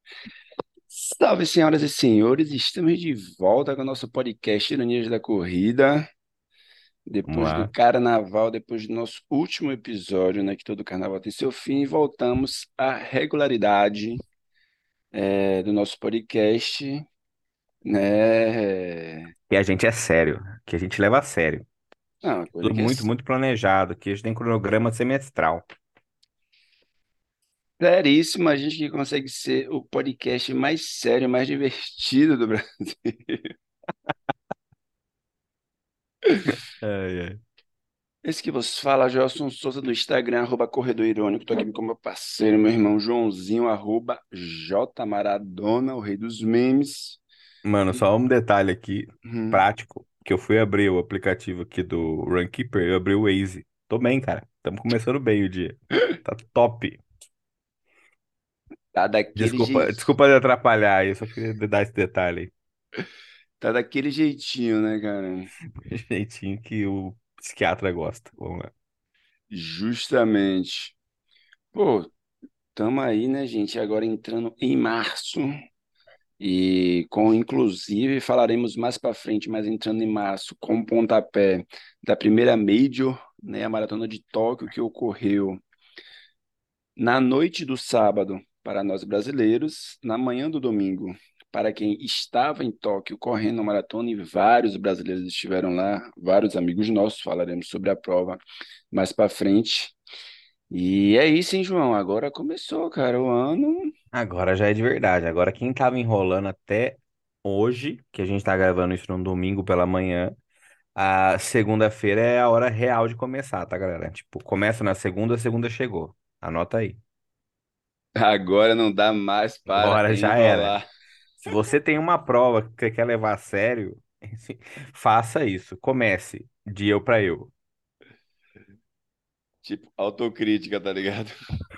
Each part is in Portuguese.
Salve, senhoras e senhores, estamos de volta com o nosso podcast Ironias da Corrida. Vamos Depois do lá. carnaval, depois do nosso último episódio, né, que todo carnaval tem seu fim, voltamos à regularidade do nosso podcast, né? Que a gente é sério, que a gente leva a sério. Não, uma coisa Tudo que é muito, muito planejado, que a gente tem cronograma semestral. seríssima, a gente que consegue ser o podcast mais sério, mais divertido do Brasil. Ai, ai. Esse que vos fala, Gelson Souza do Instagram, @Corredor Irônico. Tô aqui com meu parceiro, meu irmão Joãozinho, @JMaradona, o rei dos memes. Mano, E- só um detalhe aqui, Hum, prático, que eu fui abrir o aplicativo aqui do Runkeeper, eu abri o Waze. Tô bem, cara. Estamos começando bem o dia. Tá top. tá daquele Desculpa, jeito, desculpa de atrapalhar aí, eu só queria dar esse detalhe aí. tá daquele jeitinho, né, cara? Jeitinho que o psiquiatra gosta. Vamos lá. Justamente. Pô, tamo aí, né, gente? Agora entrando em março. Inclusive, falaremos mais para frente, mas entrando em março, com o pontapé da primeira Major, né, a Maratona de Tóquio, que ocorreu na noite do sábado, para nós brasileiros, na manhã do domingo, para quem estava em Tóquio correndo a maratona, e vários brasileiros estiveram lá, vários amigos nossos, falaremos sobre a prova mais para frente. E é isso, hein, João? Agora começou, cara, o ano. Agora já é de verdade. Agora quem tava enrolando até hoje, que a gente tá gravando isso no domingo pela manhã, a segunda-feira é a hora real de começar, tá, galera? Tipo, começa na segunda, a segunda chegou. Anota aí. Agora não dá mais para Agora já era. enrolar. Se você tem uma prova que você quer levar a sério, faça isso. Comece de eu pra eu. Tipo, autocrítica, tá ligado?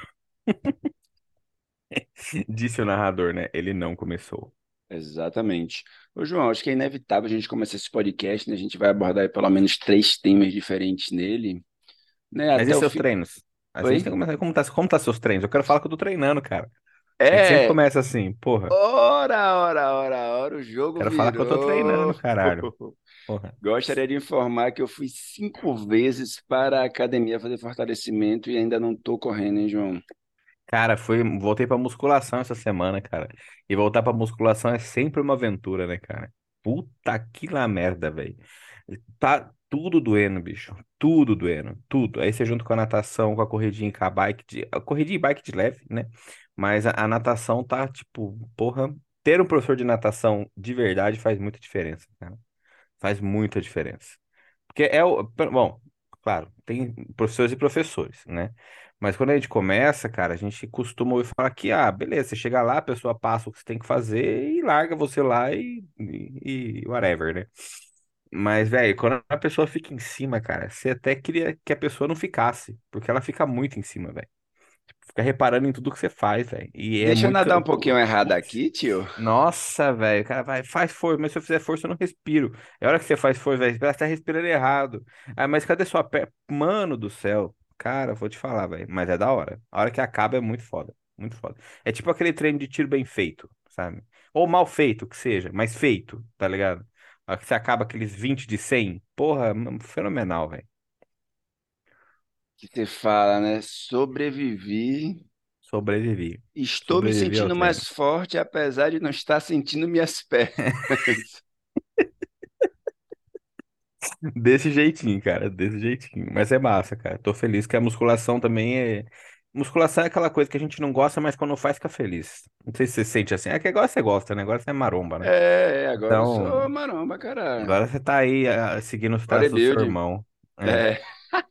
Disse o narrador, né? Ele não começou. Exatamente. Ô, João, acho que é inevitável a gente começar esse podcast, né? A gente vai abordar aí pelo menos três temas diferentes nele, né? Mas e Até o seus fim. treinos? A gente tem que Oi? começar. Como tá seus treinos? Eu quero falar que eu tô treinando, cara. A gente sempre É! começa assim, porra. Ora, o jogo Quero falar que eu tô treinando, virou. caralho. Porra. Gostaria de informar que eu fui 5 vezes para a academia fazer fortalecimento e ainda não tô correndo, hein, João? Cara, voltei pra musculação essa semana, cara. E voltar pra musculação é sempre uma aventura, né, cara? Puta que lá merda, velho. Tá tudo doendo, bicho. Tudo doendo, tudo. Aí você junta com a natação, com a corridinha e com a bike a corridinha e bike de leve, né? Mas a natação tá, tipo, porra, ter um professor de natação de verdade faz muita diferença, cara. Faz muita diferença. Porque bom, claro, tem professores e professores, né? Mas quando a gente começa, cara, a gente costuma ouvir falar que, beleza, você chega lá, a pessoa passa o que você tem que fazer e larga você lá e whatever, né? Mas, velho, quando a pessoa fica em cima, cara, você até queria que a pessoa não ficasse, porque ela fica muito em cima, velho. Fica reparando em tudo que você faz, velho. E é Deixa eu muito. nadar um pouquinho errado Putz, aqui, tio. nossa, velho, o cara vai, faz força, mas se eu fizer força eu não respiro. É a hora que você faz força, velho, você tá respirando errado. Ah, mas cadê sua perna? Mano do céu, cara, vou te falar, velho, mas é da hora. A hora que acaba é muito foda, muito foda. É tipo aquele treino de tiro bem feito, sabe? Ou mal feito, que seja, mas feito, tá ligado? A hora que você acaba aqueles 20 de 100, porra, fenomenal, velho. Que você fala, né? Sobrevivi. Sobrevivi. Estou me Sobrevivi ao sentindo treino. mais forte, apesar de não estar sentindo minhas pernas. Desse jeitinho, cara, desse jeitinho. Mas é massa, cara. Tô feliz que a musculação também é. Musculação é aquela coisa que a gente não gosta, mas quando faz fica feliz. Não sei se você sente assim. É que agora você gosta, né? Agora você é maromba, né? Agora eu Então, sou maromba, cara. agora você tá aí seguindo os traços do seu Bodybuilding. irmão. É. É.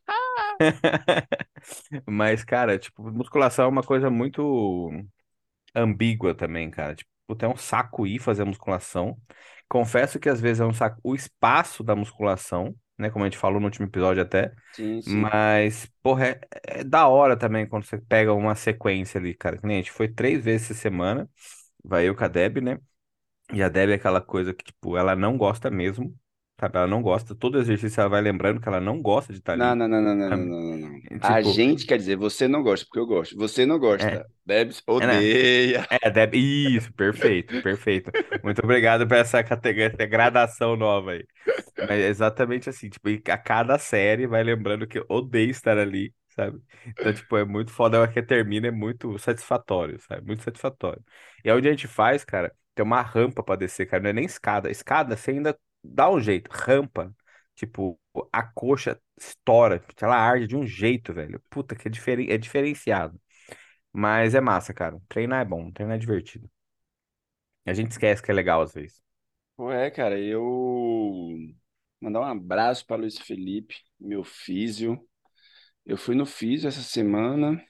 Mas, cara, tipo, musculação é uma coisa muito ambígua também, cara. Tipo, puta, é um saco ir fazer musculação. Confesso que às vezes é um saco o espaço da musculação, né? Como a gente falou no último episódio até. Sim, sim. Mas, porra, é da hora também quando você pega uma sequência ali, cara. Que nem a gente foi 3 vezes essa semana. Vai eu com a Deb, né? E a Deb é aquela coisa que, tipo, ela não gosta mesmo. sabe? Ela não gosta. Todo exercício ela vai lembrando que ela não gosta de estar Não, ali, não, não, não, não, não, sabe? não, não, não. E, A tipo, gente quer dizer, você não gosta, porque eu gosto. Você não é, gosta. Debs né? odeia. Isso, perfeito, perfeito. Muito obrigado por essa categoria, essa gradação nova aí. Mas é exatamente assim, tipo, e a cada série vai lembrando que eu odeio estar ali, sabe? Então, tipo, é muito foda, a hora que termina é muito satisfatório, sabe? Muito satisfatório. E aí onde a gente faz, cara, tem uma rampa pra descer, cara, não é nem escada. Escada você ainda dá um jeito, rampa, tipo, a coxa estoura, ela arde de um jeito, velho. Puta, que é diferenciado. Mas é massa, cara. Treinar é bom, treinar é divertido. A gente esquece que é legal às vezes. Pô, é, cara, eu mandar um abraço para Luiz Felipe, meu físio. Eu fui no físio essa semana.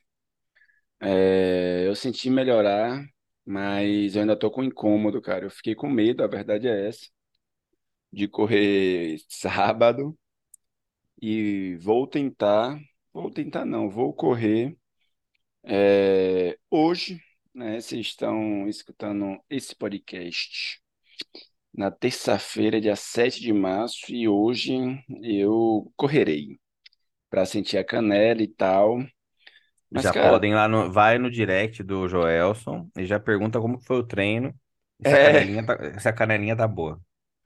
Eu senti melhorar, mas eu ainda tô com incômodo, cara. Eu fiquei com medo, a verdade é essa, de correr sábado e vou tentar não, vou correr hoje, né? Vocês estão escutando esse podcast na terça-feira, dia 7 de março, e hoje eu correrei para sentir a canela e tal. Mas, Já cara, podem ir lá no, vai no direct do Joelson e já pergunta como que foi o treino e é, se a canelinha tá boa.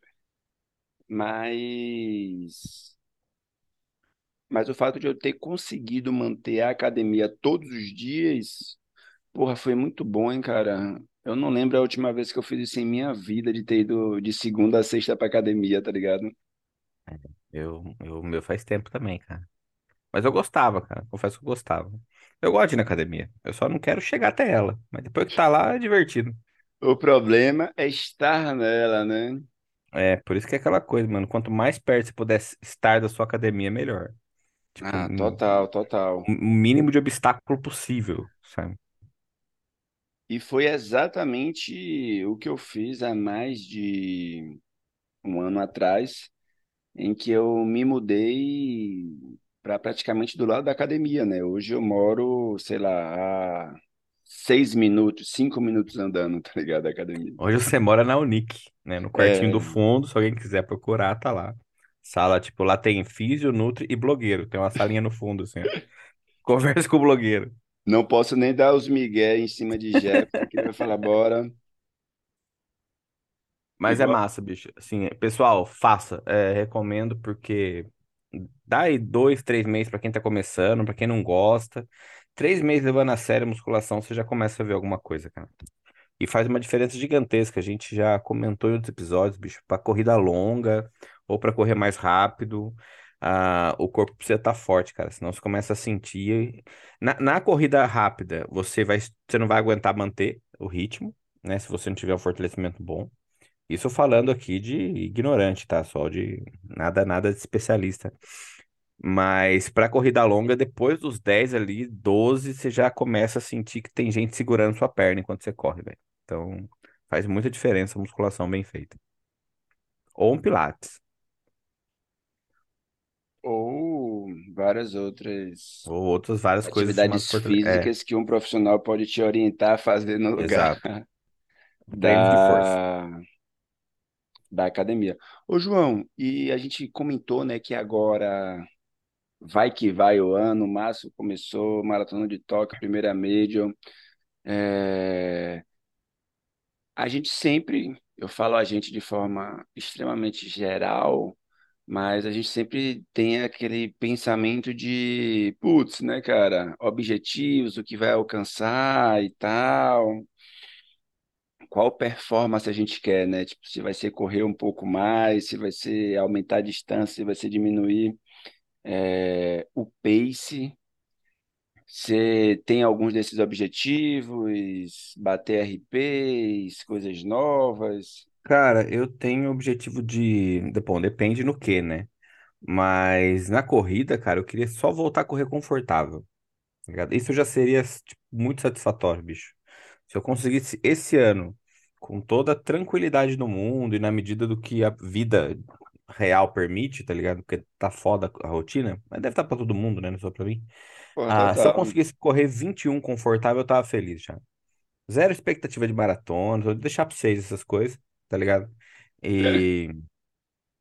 mas Mas o fato de eu ter conseguido manter a academia todos os dias, porra, foi muito bom, hein, cara? Eu não lembro a última vez que eu fiz isso em minha vida, de ter ido de segunda a sexta pra academia, tá ligado? O meu faz tempo também, cara. Mas eu gostava, cara. Confesso que eu gostava. Eu gosto de ir na academia. Eu só não quero chegar até ela. Mas depois que tá lá, é divertido. O problema é estar nela, né? É, por isso que é aquela coisa, mano. Quanto mais perto você puder estar da sua academia, melhor. Tipo, Ah, total, total. o mínimo de obstáculo possível, sabe? E foi exatamente o que eu fiz há mais de um ano atrás, em que eu me mudei para praticamente do lado da academia, né? Hoje eu moro, sei lá, a 6 minutos, 5 minutos andando, tá ligado? Da academia. Hoje você mora na Unic, né? No quartinho do É, fundo, se alguém quiser procurar, tá lá. Sala, tipo, lá tem físio, nutri e blogueiro. Tem uma salinha no fundo, assim, ó. Conversa com o blogueiro. não posso nem dar os migué em cima de Jefferson, que ele vai falar, bora. Mas é Igual. massa, bicho. Assim, pessoal, faça. Recomendo porque dá aí 2, 3 meses pra quem tá começando, pra quem não gosta. 3 meses levando a sério a musculação, você já começa a ver alguma coisa, cara. E faz uma diferença gigantesca. A gente já comentou em outros episódios, bicho, para corrida longa ou para correr mais rápido, o corpo precisa estar forte, cara. Senão você começa a sentir. Na corrida rápida, você não vai aguentar manter o ritmo, né? Se você não tiver um fortalecimento bom. Isso falando aqui de ignorante, tá? Só de nada de especialista. Mas para corrida longa, depois dos 10 ali, 12, você já começa a sentir que tem gente segurando sua perna enquanto você corre, velho. Então, faz muita diferença a musculação bem feita. Ou um pilates, Ou várias outras ou outras várias coisas chamadas atividades fortalecimento. É, físicas que um profissional pode te orientar a fazer no lugar exato. Treinos de força. da, da academia. Ô, João, e a gente comentou, né, que agora vai que vai o ano, março começou, Maratona de Tóquio, primeira Major. É, A gente sempre, eu falo a gente de forma extremamente geral, mas a gente sempre tem aquele pensamento de, putz, né, cara, objetivos, o que vai alcançar e tal, qual performance a gente quer, né? Tipo, se vai ser correr um pouco mais, se vai ser aumentar a distância, se vai ser diminuir o pace. Você tem alguns desses objetivos, bater RPs, coisas novas? Cara, eu tenho objetivo Bom, depende no que, né? Mas na corrida, cara, eu queria só voltar a correr confortável. Tá ligado? Isso já seria, tipo, muito satisfatório, bicho. Se eu conseguisse esse ano, com toda a tranquilidade do mundo e na medida do que a vida real permite, tá ligado? Porque tá foda a rotina, mas deve estar pra todo mundo, né? Não só pra mim. Pô, Se eu total. conseguisse correr 21 confortável, eu tava feliz já. Zero expectativa de maratona, vou deixar pra vocês essas coisas, tá ligado?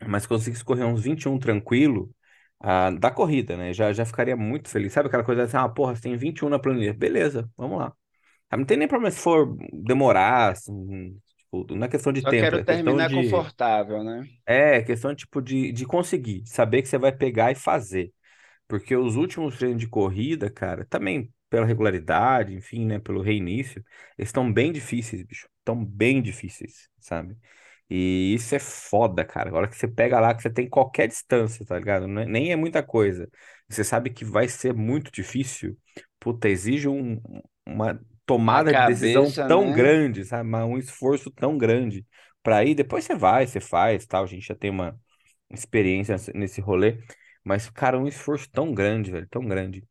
mas se conseguisse correr uns 21 tranquilo, da corrida, né? Já ficaria muito feliz. Sabe aquela coisa assim, porra, você tem 21 na planilha. Beleza, vamos lá. Não tem nem problema se for demorar, assim, tipo, não é questão de Só tempo, quero é questão terminar de. confortável, né? É questão, tipo, de conseguir, de saber que você vai pegar e fazer. Porque os últimos treinos de corrida, cara, também pela regularidade, enfim, né, pelo reinício, eles estão bem difíceis, bicho. Estão bem difíceis, sabe? E isso é foda, cara. A hora que você pega lá, que você tem qualquer distância, tá ligado? Nem é muita coisa. Você sabe que vai ser muito difícil. Puta, exige uma A tomada de decisão cabeça, tão né? grande, sabe? Um esforço tão grande pra ir. Depois você vai, você faz, tal. A gente já tem uma experiência nesse rolê. Mas, cara, um esforço tão grande, velho, tão grande.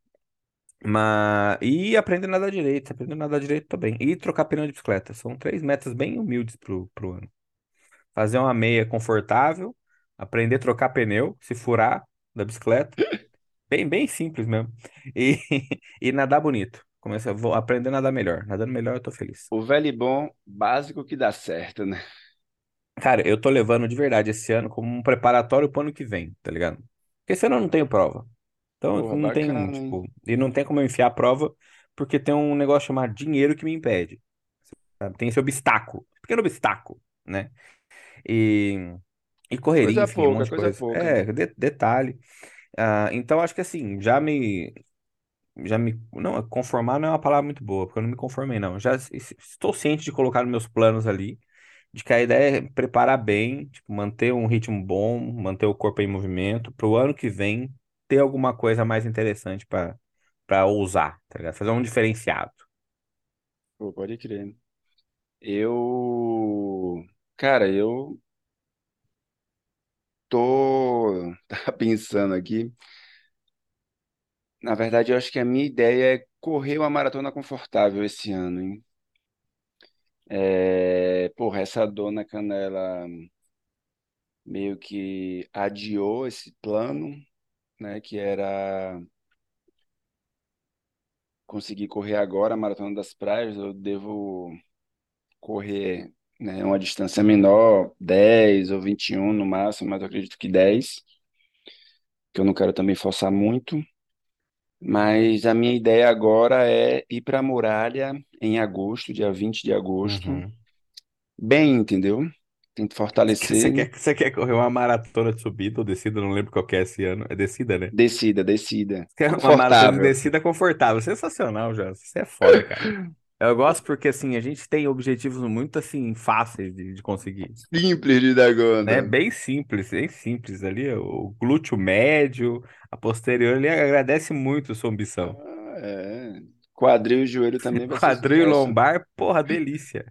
E aprender a nadar direito, aprender a nadar direito também. E trocar pneu de bicicleta. São três metas bem humildes pro ano. Fazer uma meia confortável, aprender a trocar pneu, se furar da bicicleta. Bem simples mesmo. E, e nadar bonito. Vou aprender a nadar melhor. Nadando melhor, eu tô feliz. O velho e bom básico que dá certo, né? Cara, eu tô levando de verdade esse ano como um preparatório pro ano que vem, tá ligado? Porque esse ano eu não tenho prova. Então Porra, não tem, bacana, hein? tipo, e não tem como eu enfiar a prova, porque tem um negócio chamado dinheiro que me impede, sabe? Tem esse obstáculo, pequeno obstáculo, né? E, e correria, Coisa enfim, um pouca, monte de coisa coisa. pouca. Detalhe. Então acho que assim, não, conformar não é uma palavra muito boa, porque eu não me conformei, não. Estou ciente de colocar nos meus planos ali, de que a ideia é preparar bem, tipo, manter um ritmo bom, manter o corpo em movimento, para o ano que vem ter alguma coisa mais interessante para ousar, tá ligado? Fazer um diferenciado. Pô, pode crer. Eu, cara, eu tô tava pensando aqui. Na verdade, eu acho que a minha ideia é correr uma maratona confortável esse ano, hein? Porra, essa dor na canela meio que adiou esse plano, né? Que era conseguir correr agora a Maratona das Praias. Eu devo correr, né, uma distância menor, 10 ou 21 no máximo, mas eu acredito que 10, que eu não quero também forçar muito. Mas a minha ideia agora é ir para a Muralha em agosto, dia 20 de agosto. Uhum. Bem, entendeu? Tento Você fortalecer. quer, você quer correr uma maratona de subida ou descida? Eu não lembro qual que é esse ano. É descida, né? Descida, descida. Você quer uma maratona de Confortável. descida confortável. Sensacional, já. Você é foda, cara. Eu gosto porque, assim, a gente tem objetivos muito, assim, fáceis de conseguir. Simples de dar Né? conta. Bem simples ali. O glúteo médio, a posterior, ele agradece muito sua ambição. É. Quadril e joelho também vai ser Quadril e sucesso. lombar, porra, delícia.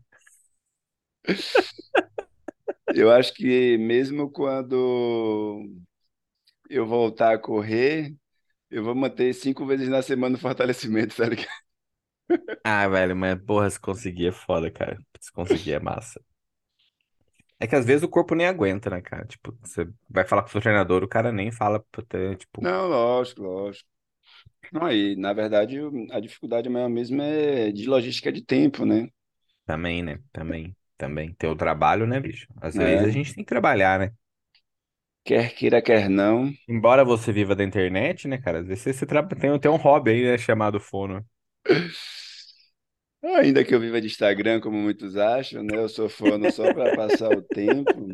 Eu acho que mesmo quando eu voltar a correr, eu vou manter 5 vezes na semana o fortalecimento, tá ligado? Ah, velho, mas porra, se conseguir é foda, cara. Se conseguir é massa. É que às vezes o corpo nem aguenta, né, cara? Tipo, você vai falar com o seu treinador, o cara nem fala pra ter, tipo, Não, lógico, lógico. Não, aí, na verdade, a dificuldade maior mesmo é de logística de tempo, né? também, né? Também. Ter o trabalho, né, bicho? Às vezes a É, gente tem que trabalhar, né? quer queira, quer não. Embora você viva da internet, né, cara? Às vezes tem um hobby aí, né, chamado fono. Ainda que eu viva de Instagram, como muitos acham, né? Eu sou fono só para passar o tempo.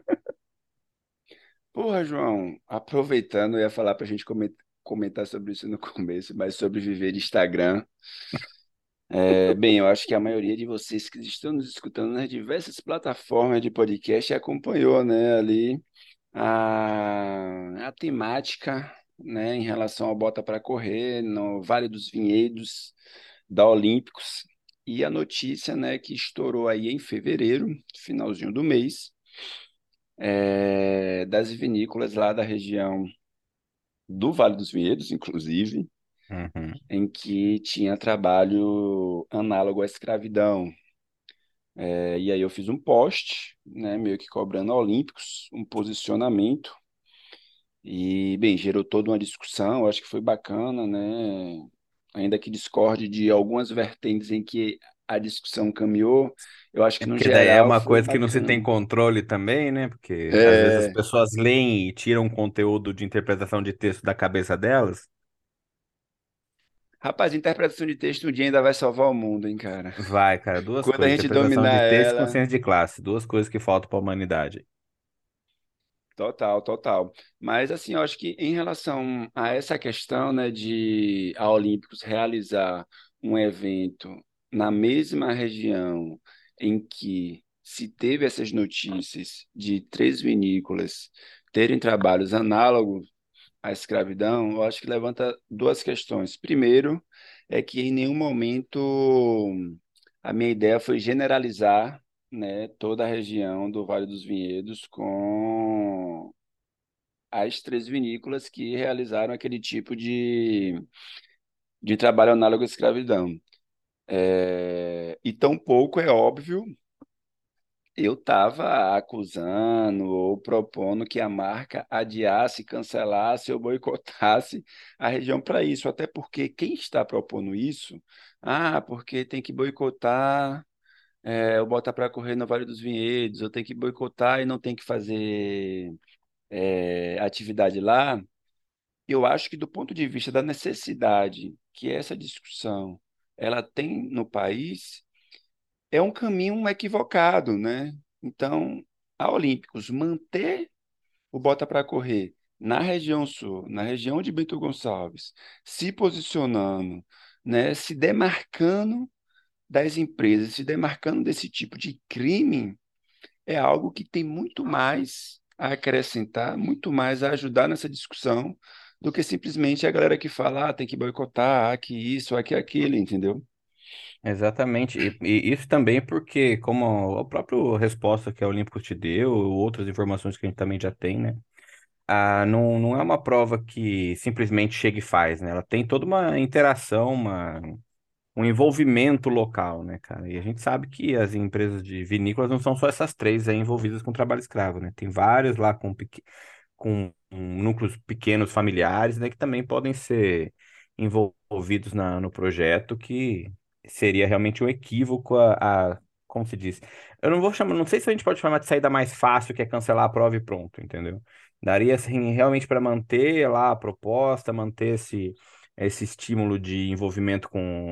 Porra, João, aproveitando, eu ia falar para a gente comentar sobre isso no começo, mas sobre viver de Instagram. Bem, eu acho que a maioria de vocês que estão nos escutando nas diversas plataformas de podcast acompanhou, né, ali a temática, né, em relação ao Bota para Correr no Vale dos Vinhedos da Olímpicos e a notícia, né, que estourou aí em fevereiro, finalzinho do mês, das vinícolas lá da região do Vale dos Vinhedos, inclusive, Uhum. em que tinha trabalho análogo à escravidão. E aí eu fiz um post, né, meio que cobrando a Olímpicos, um posicionamento, e, bem, gerou toda uma discussão, acho que foi bacana, né, ainda que discorde de algumas vertentes em que a discussão caminhou. Eu acho É que no porque daí é geral uma foi coisa que não se tem bacana. controle também, né? Porque às vezes as É, pessoas leem e tiram conteúdo de interpretação de texto da cabeça delas. rapaz, interpretação de texto um dia ainda vai salvar o mundo, hein, cara? Vai, cara, duas Quando a coisas: gente interpretação de dominar texto e ela. consciência de classe, duas coisas que faltam para a humanidade. Total, total. Mas assim, eu acho que em relação a essa questão, né, de a Olímpicos realizar um evento na mesma região em que se teve essas notícias de três vinícolas terem trabalhos análogos à escravidão, eu acho que levanta duas questões. Primeiro, é que em nenhum momento a minha ideia foi generalizar, né, toda a região do Vale dos Vinhedos com as três vinícolas que realizaram aquele tipo de trabalho análogo à escravidão. E tampouco é óbvio eu estava acusando ou propondo que a marca adiasse, cancelasse ou boicotasse a região para isso, até porque quem está propondo isso, porque tem que boicotar, ou botar para correr no Vale dos Vinhedos, eu tenho que boicotar e não tem que fazer atividade lá. Eu acho que do ponto de vista da necessidade que essa discussão ela tem no país, é um caminho equivocado, né? Então, a Olímpicos manter o Bota para correr na região sul, na região de Bento Gonçalves, se posicionando, né, se demarcando das empresas, se demarcando desse tipo de crime, é algo que tem muito mais a acrescentar, muito mais a ajudar nessa discussão do que simplesmente a galera que fala, tem que boicotar, que isso, que aquilo, entendeu? Exatamente. E isso também porque, como a própria resposta que a Olímpicos te deu, outras informações que a gente também já tem, né? Não é uma prova que simplesmente chega e faz, né? Ela tem toda uma interação, um envolvimento local, né, cara? E a gente sabe que as empresas de vinícolas não são só essas três aí envolvidas com trabalho escravo, né? Tem várias lá com núcleos pequenos familiares, né, que também podem ser envolvidos no projeto, que seria realmente um equívoco como se diz? Eu não vou chamar, não sei se a gente pode chamar de saída mais fácil, que é cancelar a prova e pronto, entendeu? Daria assim realmente para manter lá a proposta, manter esse estímulo de envolvimento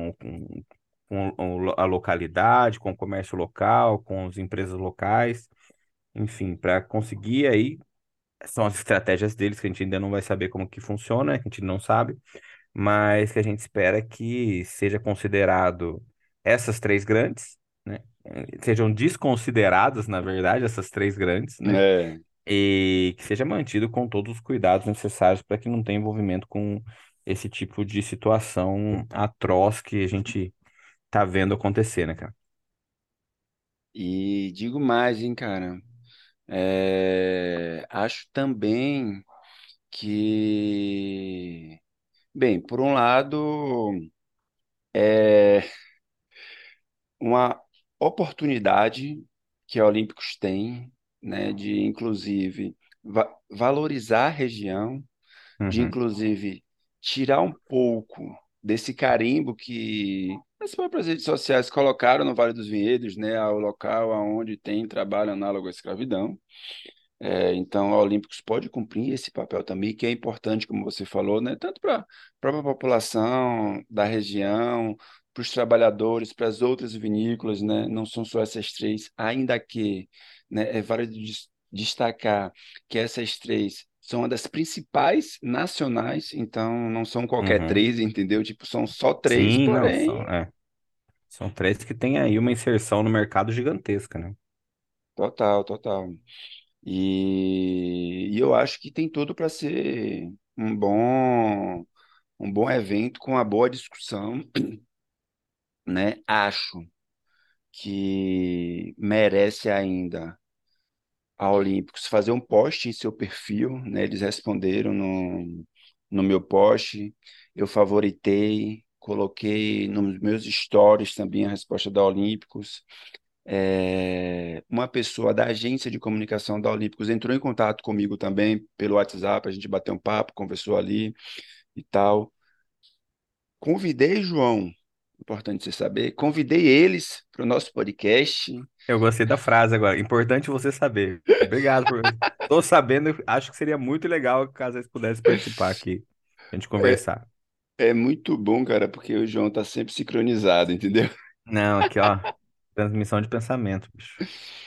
com a localidade, com o comércio local, com as empresas locais, enfim, para conseguir aí são as estratégias deles que a gente ainda não vai saber como que funciona, que a gente não sabe, mas que a gente espera que seja considerado essas três grandes, né? Sejam desconsideradas, na verdade, essas três grandes, né? É, E que seja mantido com todos os cuidados necessários para que não tenha envolvimento com esse tipo de situação atroz que a gente tá vendo acontecer, né, cara? e digo mais, hein, cara. Acho também que, bem, por um lado, é uma oportunidade que a Olímpicos tem, né, de inclusive valorizar a região, de Uhum, inclusive tirar um pouco desse carimbo que as próprias redes sociais colocaram no Vale dos Vinhedos, né, ao local onde tem trabalho análogo à escravidão. Então, a Olímpicos pode cumprir esse papel também, que é importante, como você falou, né? Tanto para a própria população da região, para os trabalhadores, para as outras vinícolas, né? Não são só essas três, ainda que, né, é válido destacar que essas três são uma das principais nacionais, então não são qualquer uhum. três, entendeu? Tipo, são só três, Sim, não, porém, são três que têm aí uma inserção no mercado gigantesca, né? total, total. E eu acho que tem tudo para ser um bom evento com uma boa discussão, né? Acho que merece ainda a Olímpicos fazer um post em seu perfil, né? Eles responderam no meu post, eu favoritei, coloquei nos meus stories também a resposta da Olímpicos. Uma pessoa da agência de comunicação da Olímpicos entrou em contato comigo também pelo WhatsApp, a gente bateu um papo, conversou ali e tal. Convidei João, importante você saber. Convidei eles para o nosso podcast. Eu gostei da frase agora. Importante você saber. Obrigado por. Tô sabendo, acho que seria muito legal caso eles pudessem participar aqui, a gente É, conversar. é muito bom, cara, porque o João tá sempre sincronizado, entendeu? Não, aqui, ó. Transmissão de pensamento, bicho.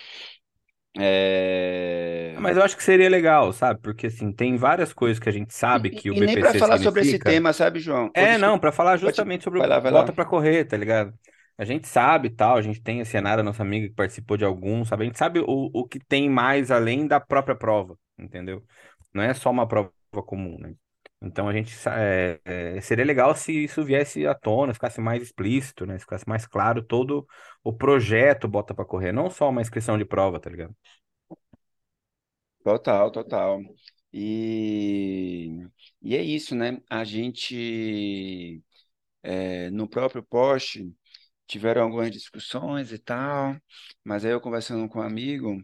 É... Mas eu acho que seria legal, sabe? Porque, assim, tem várias coisas que a gente E, sabe e- que o e nem para BPC falar sobre esse significa. tema, sabe, João? Ou É, não, desculpa, pra falar pode, justamente sobre o vai lá, vai lá. bota pra correr, tá ligado? A gente sabe tal, a gente tem a Cianara, nossa amiga, que participou de alguns, sabe? A gente sabe o que tem mais além da própria prova, entendeu? Não é só uma prova comum, né? Então a gente seria legal se isso viesse à tona, ficasse mais explícito, né? Se ficasse mais claro todo o projeto Bota pra Correr, não só uma inscrição de prova, tá ligado? Total, total. E, e é isso, né? A gente, no próprio post, tiveram algumas discussões e tal, mas aí eu conversando com um amigo,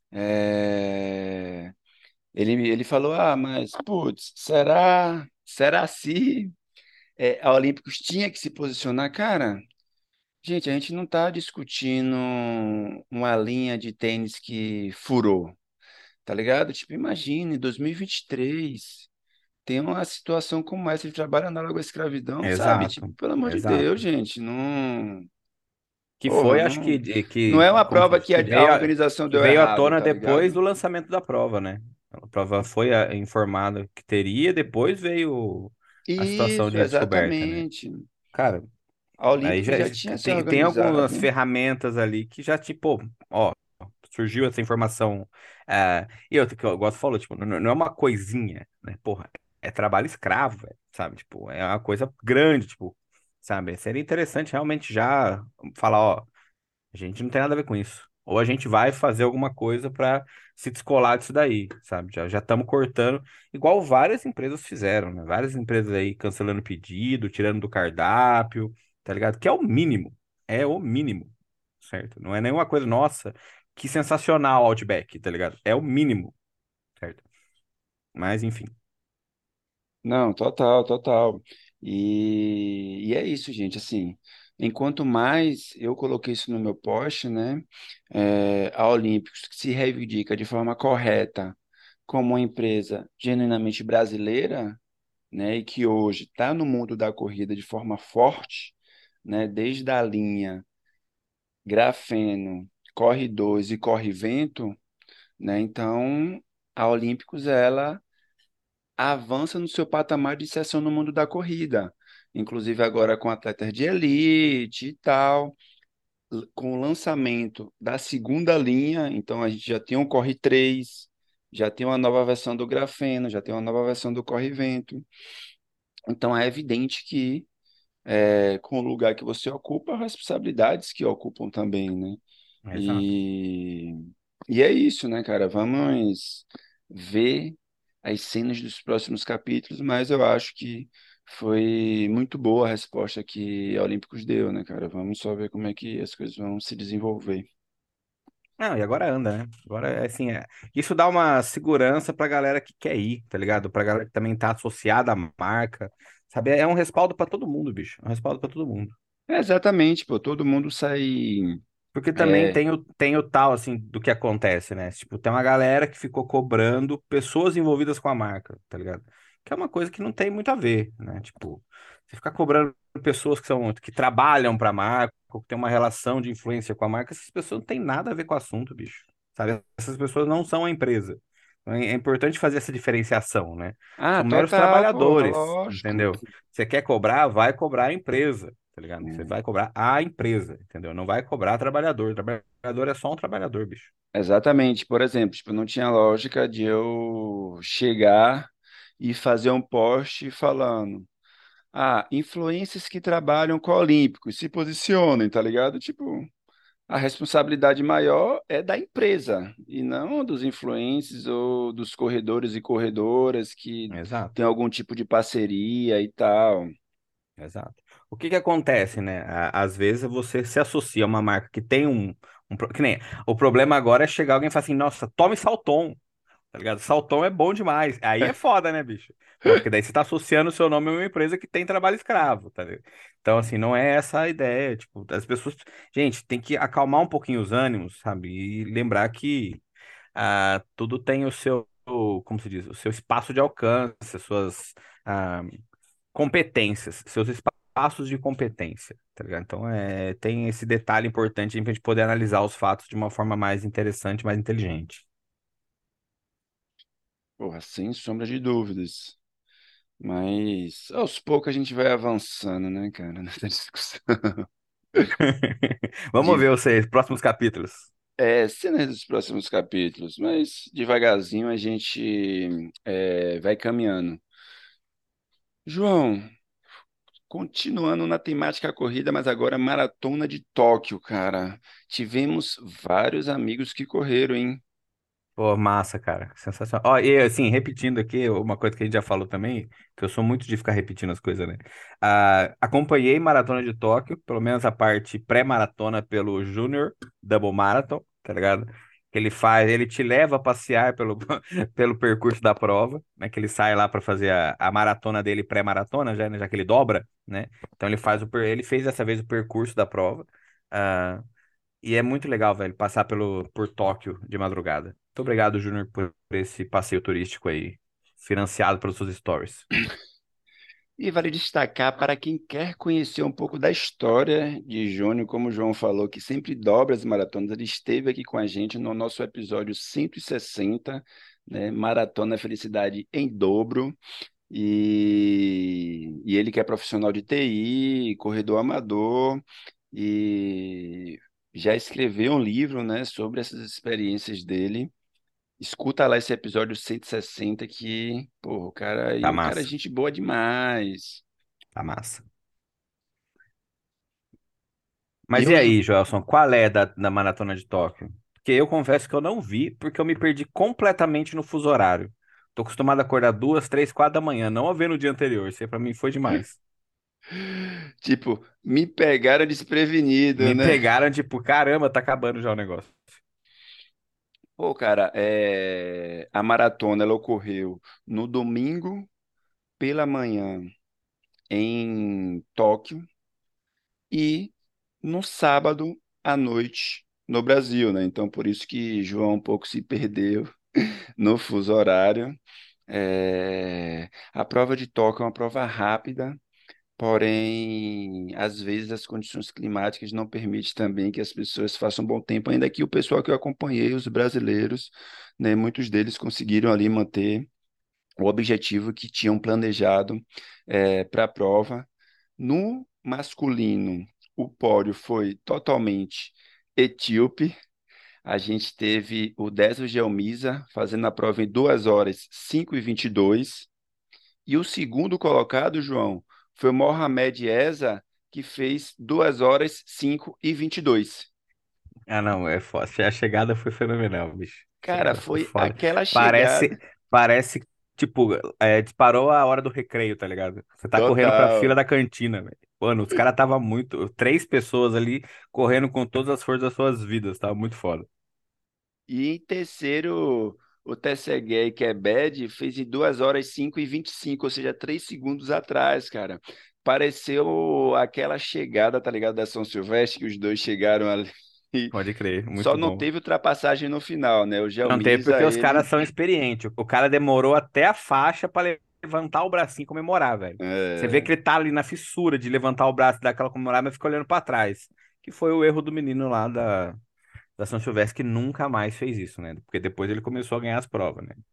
é, ele falou, ah, mas, putz, será se a Olímpicos tinha que se posicionar? Cara, gente, a gente não está discutindo uma linha de tênis que furou, tá ligado? Tipo, imagine, 2023 tem uma situação como essa de trabalho análogo à escravidão, sabe? Tipo, Exato, pelo amor de Deus, exato. gente, não, Que porra, foi, acho não, que, não é uma como se prova diz, que a organização que deu veio à errado, tona tá depois ligado? do lançamento da prova, né? A prova foi informada que teria, depois veio a situação Isso, de descoberta, né? exatamente. Cara, A aí Olímpicos já já tinha se tem algumas organizado. ferramentas ali que já, tipo, ó, surgiu essa informação. E outra que o Gosto falou, tipo, não é uma coisinha, né? Porra, é trabalho escravo, velho, sabe? Tipo, é uma coisa grande, tipo, sabe? Seria interessante realmente já falar, ó. A gente não tem nada a ver com isso. Ou a gente vai fazer alguma coisa para se descolar disso daí, sabe? Já estamos cortando, igual várias empresas fizeram, né? Várias empresas aí cancelando pedido, tirando do cardápio, tá ligado? Que é o mínimo. É o mínimo, certo? Não é nenhuma coisa, nossa, que sensacional Outback, tá ligado? É o mínimo, certo? Mas enfim. Não, total, total. E é isso, gente. Assim, enquanto mais eu coloquei isso no meu post, né? A Olímpicos que se reivindica de forma correta como uma empresa genuinamente brasileira, né? E que hoje está no mundo da corrida de forma forte, né? Desde a linha grafeno, corre 2 e corre vento, né? Então, a Olímpicos ela avança no seu patamar de inserção no mundo da corrida, inclusive agora com atletas de elite e tal, com o lançamento da segunda linha, então a gente já tem um Corre 3, já tem uma nova versão do grafeno, já tem uma nova versão do Corre Vento, então é evidente que com o lugar que você ocupa, as responsabilidades que ocupam também, né? Exato. E, e é isso, né, cara? Vamos ver as cenas dos próximos capítulos, mas eu acho que foi muito boa a resposta que a Olímpicos deu, né, cara? Vamos só ver como é que as coisas vão se desenvolver. Não, e agora anda, né? Agora, assim, isso dá uma segurança pra galera que quer ir, tá ligado? Pra galera que também tá associada à marca, sabe? É um respaldo pra todo mundo, bicho. É um respaldo pra todo mundo. Exatamente, pô, todo mundo sai. Porque também É... tem o tal, assim, do que acontece, né? Tipo, tem uma galera que ficou cobrando pessoas envolvidas com a marca, tá ligado? Que é uma coisa que não tem muito a ver, né? Tipo, você ficar cobrando pessoas que trabalham pra marca, ou que tem uma relação de influência com a marca, essas pessoas não têm nada a ver com o assunto, bicho. Sabe? Essas pessoas não são a empresa. Então, é importante fazer essa diferenciação, né? Ah, São meros total, porra, trabalhadores, lógico. entendeu? Você quer cobrar, vai cobrar a empresa, tá ligado? Você É, vai cobrar a empresa, entendeu? Não vai cobrar trabalhador. Trabalhador é só um trabalhador, bicho. exatamente, por exemplo, tipo, não tinha lógica de eu chegar e fazer um post falando. Ah, influências que trabalham com Olímpicos se posicionem, tá ligado? Tipo, a responsabilidade maior é da empresa e não dos influencers ou dos corredores e corredoras que Exato, têm algum tipo de parceria e tal. exato. O que que acontece, né? Às vezes você se associa a uma marca que tem que nem, o problema agora é chegar alguém e falar assim, nossa, tome Salton. tá ligado? Saltão é bom demais. Aí é foda, né, bicho? Pô, porque daí você tá associando o seu nome a uma empresa que tem trabalho escravo, tá ligado? Então, assim, não é essa a ideia. Tipo, as pessoas. Gente, tem que acalmar um pouquinho os ânimos, sabe? E lembrar que tudo tem o seu, como se diz, o seu espaço de alcance, as suas ah, competências, seus espaços de competência, tá ligado? Então, tem esse detalhe importante pra gente poder analisar os fatos de uma forma mais interessante, mais inteligente. Porra, sem sombra de dúvidas. Mas aos poucos a gente vai avançando, né, cara, nessa discussão. Vamos De, ver os próximos capítulos. cenas dos próximos capítulos, mas devagarzinho a gente vai caminhando. João, continuando na temática corrida, mas agora maratona de Tóquio, cara. Tivemos vários amigos que correram, hein? Pô, massa, cara. Sensacional. Ó, e assim, repetindo aqui, uma coisa que a gente já falou também, que eu sou muito de ficar repetindo as coisas, né? Acompanhei Maratona de Tóquio, pelo menos a parte pré-maratona pelo Junior Double Marathon, tá ligado? Que ele faz, ele te leva a passear pelo, pelo percurso da prova, né? Que ele sai lá para fazer a maratona dele pré-maratona, já, né? Já que ele dobra, né? Então ele faz ele fez dessa vez o percurso da prova. Ah, e é muito legal, velho, passar por Tóquio de madrugada. Muito obrigado, Júnior, por esse passeio turístico aí, financiado pelos seus stories. E vale destacar para quem quer conhecer um pouco da história de Júnior, como o João falou, que sempre dobra as maratonas, ele esteve aqui com a gente no nosso episódio 160, né? Maratona Felicidade em Dobro. E ele que é profissional de TI, corredor amador, e já escreveu um livro, né, sobre essas experiências dele. Escuta lá esse episódio 160 que, pô, Tá o cara é massa, gente boa demais. tá massa. E Mas e eu, aí, Joelson, qual é da Maratona de Tóquio? Porque eu confesso que eu não vi, porque eu me perdi completamente no fuso horário. Tô acostumado a acordar 2, 3, 4 da manhã, não a ver no dia anterior. Isso aí pra mim foi demais. tipo, me pegaram desprevenido, Me né? pegaram, tipo, caramba, tá acabando já o negócio. Pô, cara, a maratona ela ocorreu no domingo pela manhã em Tóquio e no sábado à noite no Brasil, né? Então, por isso que João um pouco se perdeu no fuso horário. A prova de Tóquio é uma prova rápida, porém, às vezes as condições climáticas não permitem também que as pessoas façam um bom tempo, ainda que o pessoal que eu acompanhei, os brasileiros, né, muitos deles conseguiram ali manter o objetivo que tinham planejado para a prova. No masculino, o pódio foi totalmente etíope. A gente teve o Désio Gelmisa fazendo a prova em 2 horas 5 e 22. E o segundo colocado, João, foi o Mohamed Eza, que fez 2 horas 5 e 22. Ah, não, é foda. A chegada foi fenomenal, bicho. A Cara, chegada foi foi foda. aquela Parece, chegada parece, tipo, disparou a hora do recreio, tá ligado? Você tá correndo pra fila total. da cantina, velho. Mano, os caras tava muito. Três pessoas ali correndo com todas as forças das suas vidas. Tava muito foda. E em terceiro, o Tesseguei Kebed fez em 2 horas 5 e 25, ou seja, 3 segundos atrás, cara. Pareceu aquela chegada, tá ligado, da São Silvestre, que os dois chegaram ali. Pode crer, Só muito não bom. teve ultrapassagem no final, né? O Não teve Gelmisa, porque os caras ele. são experientes. O cara demorou até a faixa pra levantar o bracinho e comemorar, velho. Você vê que É, ele tá ali na fissura de levantar o braço e dar aquela comemorada, mas fica olhando pra trás. Que foi o erro do menino lá da São Silvestre que nunca mais fez isso, né? Porque depois ele começou a ganhar as provas, né?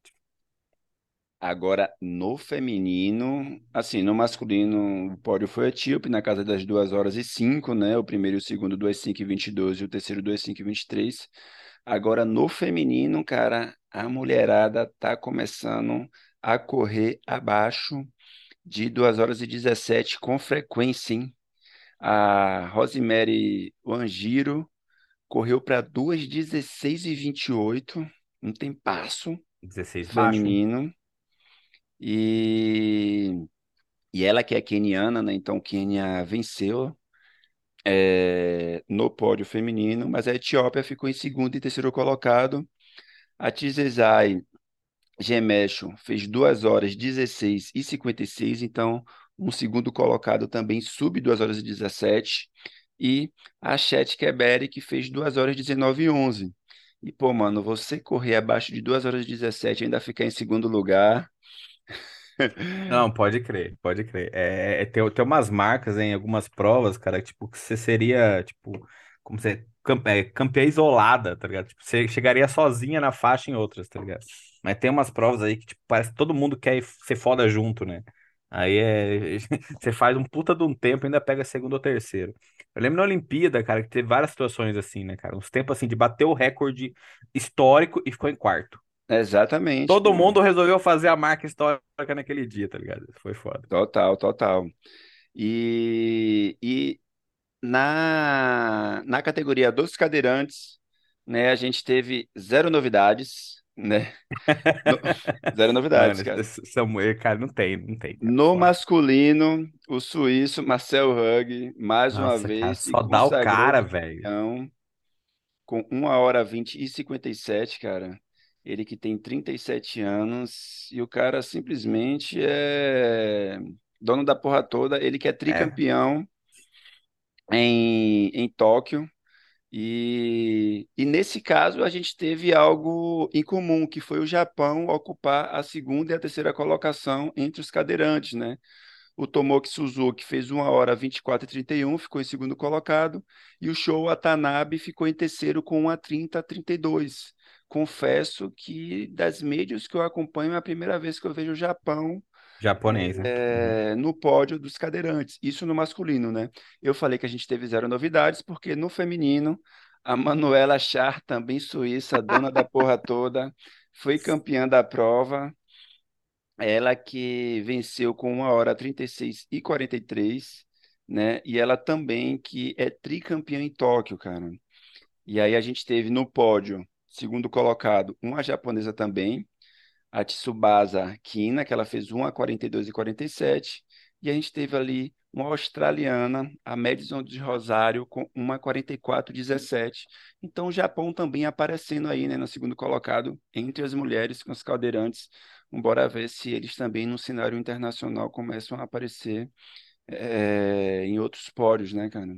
agora, no feminino, assim, no masculino, o pódio foi etíope, na casa das 2 horas e 5, né? O primeiro e o segundo, 2 5 e 22, e o terceiro, 2 5 e 23. Agora, no feminino, cara, a mulherada tá começando a correr abaixo de 2 horas e 17 com frequência, hein? A Rosemary Wangiro correu para 2:16 e 28, um tempasso 16 baixo, hein? feminino. E, e ela que é queniana, né? Então, Quênia venceu no pódio feminino, mas a Etiópia ficou em segundo e terceiro colocado. A Tisesai Gemecho fez 2 horas 16 e 56, então um segundo colocado também sub 2 horas e 17. E a Chet Queberi, que fez 2 horas 19 e 11. E, pô, mano, você correr abaixo de 2 horas e 17 e ainda ficar em segundo lugar. Não, pode crer, pode crer. Tem umas marcas em algumas provas, cara, tipo, que você seria, tipo, como você, campeã isolada, tá ligado? Tipo, você chegaria sozinha na faixa em outras, tá ligado? Mas tem umas provas aí que, tipo, parece que todo mundo quer ser foda junto, né? Aí você faz um puta de um tempo e ainda pega segundo ou terceiro. Eu lembro na Olimpíada, cara, que teve várias situações assim, né, cara? Uns tempos assim de bater o recorde histórico e ficou em quarto. Exatamente, Todo pô. mundo resolveu fazer a marca histórica naquele dia, tá ligado? Foi foda. Total, total. E na categoria dos cadeirantes, né, a gente teve zero novidades, né? No- Zero novidades, Mano, cara. Samuel, cara, não tem, cara, No foda. masculino, o suíço Marcel Hug, mais uma Nossa, cara, vez, se só dá o consagrou cara, velho. bicampeão com 1 hora 20 e 57, cara. Ele que tem 37 anos e o cara simplesmente é dono da porra toda. Ele que é É, tricampeão em Tóquio. E nesse caso a gente teve algo em comum, que foi o Japão ocupar a segunda e a terceira colocação entre os cadeirantes, né? O Tomoki Suzuki fez 1 hora 24 e 31, ficou em segundo colocado, e o Show Watanabe ficou em terceiro com 1 hora 30 e 32. Confesso que das mídias que eu acompanho é a primeira vez que eu vejo o Japão japonês, né? Uhum. no pódio dos cadeirantes, isso no masculino, né? Eu falei que a gente teve zero novidades, porque no feminino, a Manuela Schar, também suíça, dona da porra toda, foi campeã da prova, ela que venceu com 1 hora 36 e 43, né? E ela também que é tricampeã em Tóquio, cara. E aí a gente teve no pódio, segundo colocado, uma japonesa também, a Tsubasa Kina, que ela fez 1 hora 42 e 47, e a gente teve ali uma australiana, a Madison de Rosário, com 1 hora 44 e 17. Então, o Japão também aparecendo aí, né, no segundo colocado, entre as mulheres com os caldeirantes. Bora ver se eles também, no cenário internacional, começam a aparecer em outros pódios, né, cara?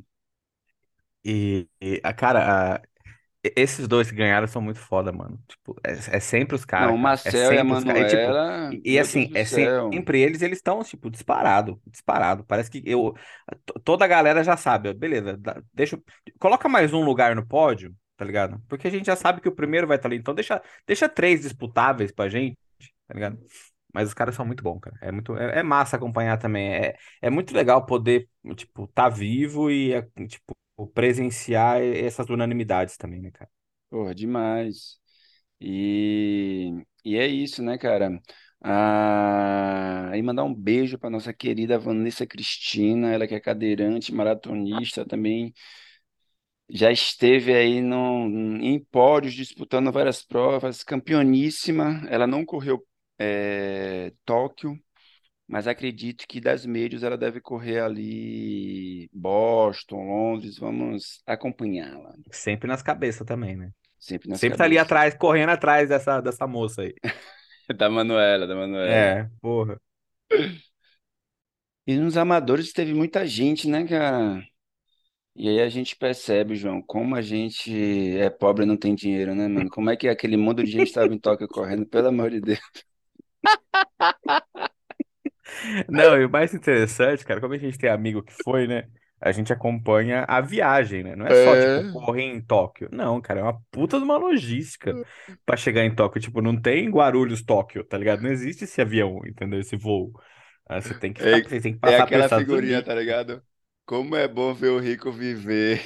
Esses dois que ganharam são muito foda, mano. Tipo, é sempre os Não, caras, o cara. É Marcel e a sempre os caras. E, tipo, Manuela, meu Deus assim, do é céu. sempre eles estão, tipo, disparado, disparado. Parece que toda a galera já sabe, ó, beleza, coloca mais um lugar no pódio, tá ligado? Porque a gente já sabe que o primeiro vai estar ali, então deixa três disputáveis pra gente, tá ligado? Mas os caras são muito bons, cara. É massa acompanhar também. É muito legal poder, tipo, tá vivo e, tipo, presenciar essas unanimidades também, né, cara? Porra, demais. E é isso, né, cara? E mandar um beijo para nossa querida Vanessa Cristina, ela que é cadeirante, maratonista também, já esteve aí no, em pódios, disputando várias provas, campeoníssima. Ela não correu Tóquio, mas acredito que das médias ela deve correr ali Boston, Londres. Vamos acompanhá-la, Sempre nas cabeças também, né? sempre nas Sempre tá ali cabeças. atrás, correndo atrás dessa moça aí. Da Manuela, da Manuela. É, porra. E nos amadores teve muita gente, né, cara? E aí a gente percebe, João, como a gente é pobre e não tem dinheiro, né, mano? Como é que aquele mundo de gente estava em Tóquio correndo, pelo amor de Deus. Não, e o mais interessante, cara, como a gente tem amigo que foi, né? A gente acompanha a viagem, né? Não é só, tipo, É. correr em Tóquio. Não, cara, é uma puta de uma logística pra chegar em Tóquio. Tipo, não tem Guarulhos, Tóquio, tá ligado? Não existe esse avião, entendeu? Esse voo. Ah, É, você tem que é passar pelos aquela Estados figurinha, Unidos. tá ligado? Como é bom ver o rico viver.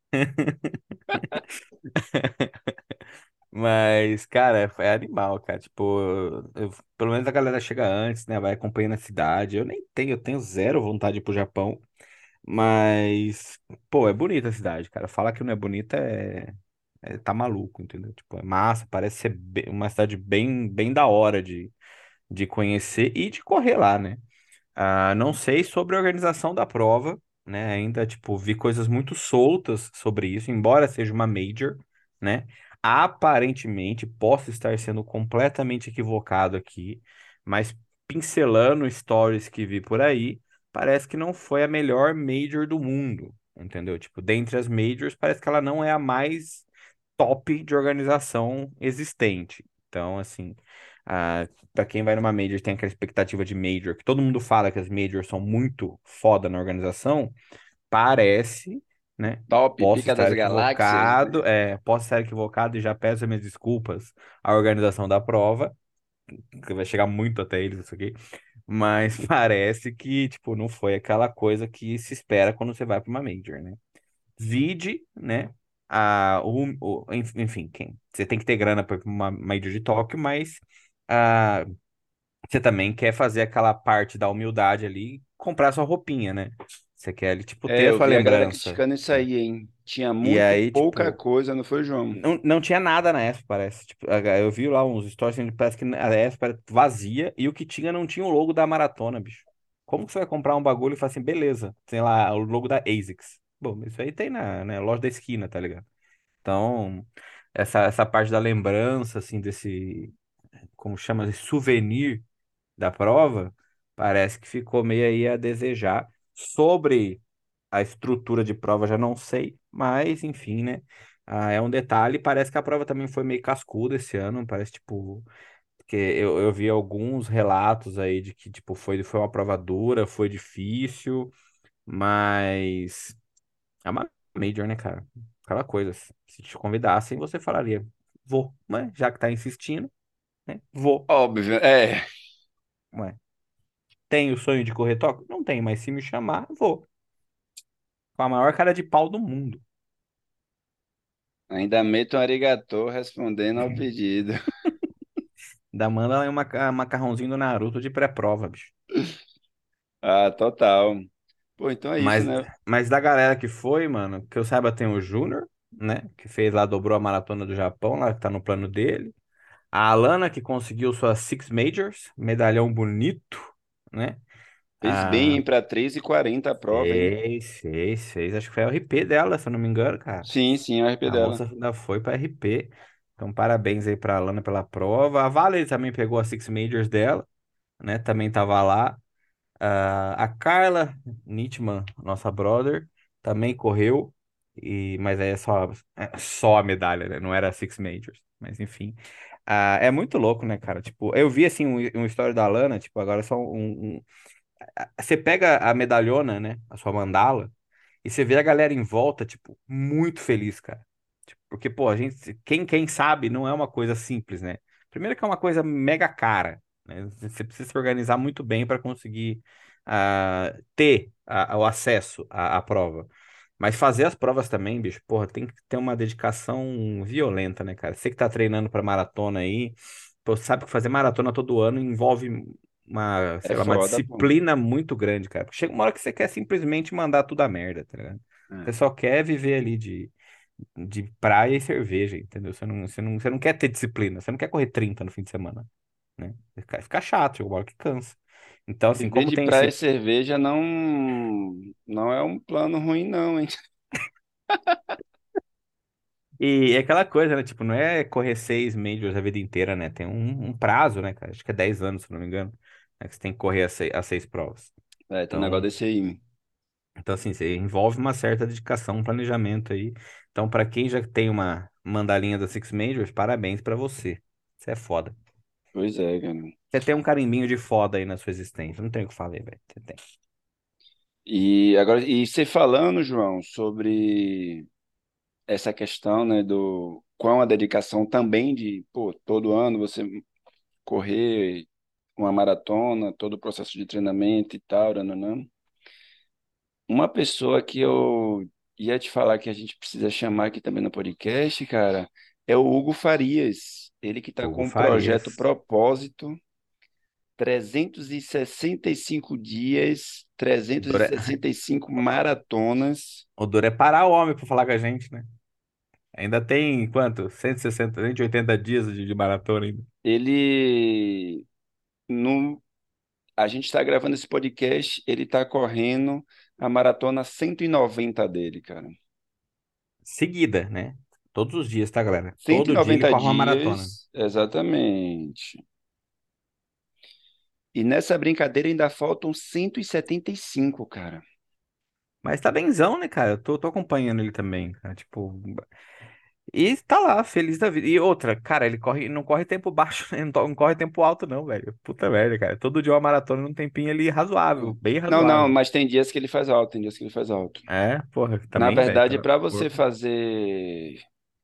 Mas, cara, é animal, cara. Tipo, pelo menos a galera chega antes, né? Vai acompanhando a cidade. Eu tenho zero vontade de ir pro Japão. Mas, pô, é bonita a cidade, cara. Falar que não é bonita tá maluco, entendeu? Tipo, é massa, parece ser uma cidade bem, bem da hora de conhecer e de correr lá, né? Não sei sobre a organização da prova, né? Ainda, tipo, vi coisas muito soltas sobre isso, embora seja uma major, né? aparentemente, posso estar sendo completamente equivocado aqui, mas pincelando stories que vi por aí, parece que não foi a melhor major do mundo, entendeu? Tipo, dentre as majors, parece que ela não é a mais top de organização existente. Então, assim, para quem vai numa major tem aquela expectativa de major, que todo mundo fala que as majors são muito foda na organização, parece, né? Top, Posso pica das estar galáxias, né? equivocado, posso estar equivocado e já peço minhas desculpas à organização da prova, que vai chegar muito até eles isso aqui, mas parece que, tipo, não foi aquela coisa que se espera quando você vai para uma major, né? Vide, né? Enfim, você tem que ter grana para uma major de Tóquio, mas ah, você também quer fazer aquela parte da humildade ali, comprar sua roupinha, né? Você quer ali, tipo, ter É, a eu sua vi a galera lembrança, criticando isso né? aí, hein? Tinha E muito aí, pouca tipo, coisa, não foi, João? não tinha nada na Expo, parece. Tipo, eu vi lá uns stories onde parece que a Expo era vazia e o que tinha não tinha o logo da maratona, bicho. Como que você vai comprar um bagulho e falar assim, beleza, tem lá o logo da ASICS? Bom, isso aí tem na loja da esquina, tá ligado? Então, essa parte da lembrança, assim, desse, como chama, esse souvenir da prova, parece que ficou meio aí a desejar. Sobre a estrutura de prova, já não sei, mas enfim, né? É um detalhe. Parece que a prova também foi meio cascuda esse ano, parece tipo. Porque eu vi alguns relatos aí de que tipo, foi uma prova dura, foi difícil, mas é uma major, né, cara? Aquela coisa. Se te convidassem, você falaria, vou, mas já que tá insistindo, né? Vou. Óbvio, é. Ué. Tenho o sonho de correr Tóquio? Não tenho, mas se me chamar, vou. Com a maior cara de pau do mundo. Ainda meto um arigatô respondendo ao pedido. Ainda manda lá um macarrãozinho do Naruto de pré-prova, bicho. Ah, total. Pô, então é isso, Mas, né? mas da galera que foi, mano, que eu saiba, tem o Júnior, né? Que fez lá, dobrou a maratona do Japão, lá que tá no plano dele. A Alana, que conseguiu suas Six Majors, medalhão bonito, né? Fez bem, Ah, hein, pra 3h40 a prova, hein? fez. Acho que foi a RP dela, se eu não me engano, cara. Sim, sim, é o RP A dela. moça ainda foi pra RP. Então, parabéns aí pra Alana pela prova. A Valerie também pegou as Six Majors dela, né? Também tava lá. A Carla Nitman, nossa brother, também correu, mas aí é só a medalha, né? Não era Six Majors. Mas enfim. É muito louco, né, cara? Tipo, eu vi assim um story da Lana, tipo, agora só você pega a medalhona, né? A sua mandala. E você vê a galera em volta, tipo, muito feliz, cara. Tipo, porque, pô, a gente, quem sabe, não é uma coisa simples, né? Primeiro que é uma coisa mega cara, né? Você precisa se organizar muito bem para conseguir ter o acesso à prova. Mas fazer as provas também, bicho, porra, tem que ter uma dedicação violenta, né, cara? Você que tá treinando para maratona aí, pô, sabe que fazer maratona todo ano envolve uma, É sei lá, uma foda, pô. disciplina muito grande, cara. Porque chega uma hora que você quer simplesmente mandar tudo a merda, tá ligado? Você É. só quer viver ali de praia e cerveja, entendeu? Você não quer ter disciplina, você não quer correr 30 no fim de semana, né? Fica chato, chega uma hora que cansa. Então, assim, Viver como de tem praia e esse. cerveja não é um plano ruim, não, hein? E é aquela coisa, né? Tipo, não é correr 6 majors a vida inteira, né? Tem um prazo, né, cara? Acho que é 10 anos, se não me engano, né? Que você tem que correr as seis provas. É, tem um negócio Então, desse aí. Então, assim, você envolve uma certa dedicação, um planejamento aí. Então, para quem já tem uma mandalinha da Six Majors, parabéns para você. Você é foda. Pois é, cara. Você tem um carimbinho de foda aí na sua existência. Não tem o que falar, velho. Você tem. E agora, e você falando, João, sobre essa questão, né, do qual a dedicação também de, pô, todo ano você correr uma maratona, todo o processo de treinamento e tal, nananã. Uma pessoa que eu ia te falar que a gente precisa chamar aqui também no podcast, cara, é o Hugo Farias. Ele que está Hugo com o projeto Farias. Propósito, 365 dias, O duro é, 365 maratonas. o duro é parar o homem pra falar com a gente, né? Ainda tem quanto? 160, 180 dias de maratona ainda. Ele, no, a gente está gravando esse podcast, ele está correndo a maratona 190 dele, cara. Seguida, né? Todos os dias, tá, galera? cento e Todo dia ele noventa corre uma maratona. dias, exatamente. E nessa brincadeira ainda faltam 175, cara. Mas tá benzão, né, cara? Eu tô acompanhando ele também, cara. Tipo. E tá lá, feliz da vida. E outra, cara, ele corre, não corre tempo baixo, né? Não corre tempo alto, não, velho. Puta merda, cara. Todo dia uma maratona num tempinho ali razoável, bem Não, não, razoável. mas tem dias que ele faz alto, tem dias que ele faz alto. É, porra, Na também, velho. verdade, Tá. para você fazer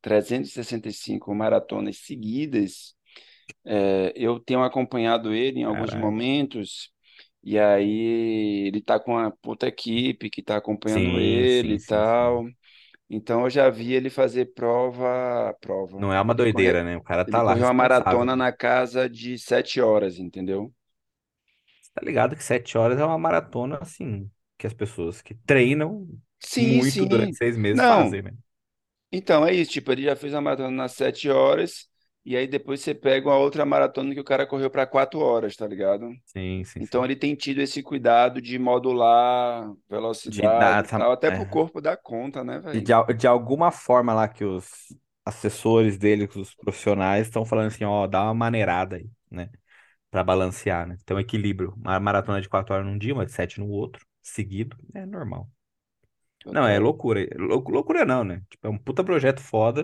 365 maratonas seguidas, eu tenho acompanhado ele em alguns Caralho. momentos, e aí ele tá com a puta equipe que tá acompanhando Sim, ele sim, e sim, sim. tal. Então eu já vi ele fazer prova. Não é uma doideira, né? O cara Ele tá lá correu uma responsável, maratona né? na casa de 7 horas, entendeu? Você tá ligado que 7 horas é uma maratona, assim, que as pessoas que treinam Sim, muito durante sim. 6 meses Não, fazem, né? então é isso, tipo, ele já fez uma maratona nas 7 horas, e aí depois você pega uma outra maratona que o cara correu para 4 horas, tá ligado? Sim, sim, Então sim. ele tem tido esse cuidado de modular De velocidade dar, e tal, até pro é, corpo dar conta, né, e velho? de alguma forma lá que os assessores dele, que os profissionais estão falando assim, ó, dá uma maneirada aí, né? Pra balancear, né? Ter um equilíbrio. Uma maratona de 4 horas num dia, uma de 7 no outro, seguido, é normal. Não, é Total. loucura. Loucura não, né? Tipo, é um puta projeto foda.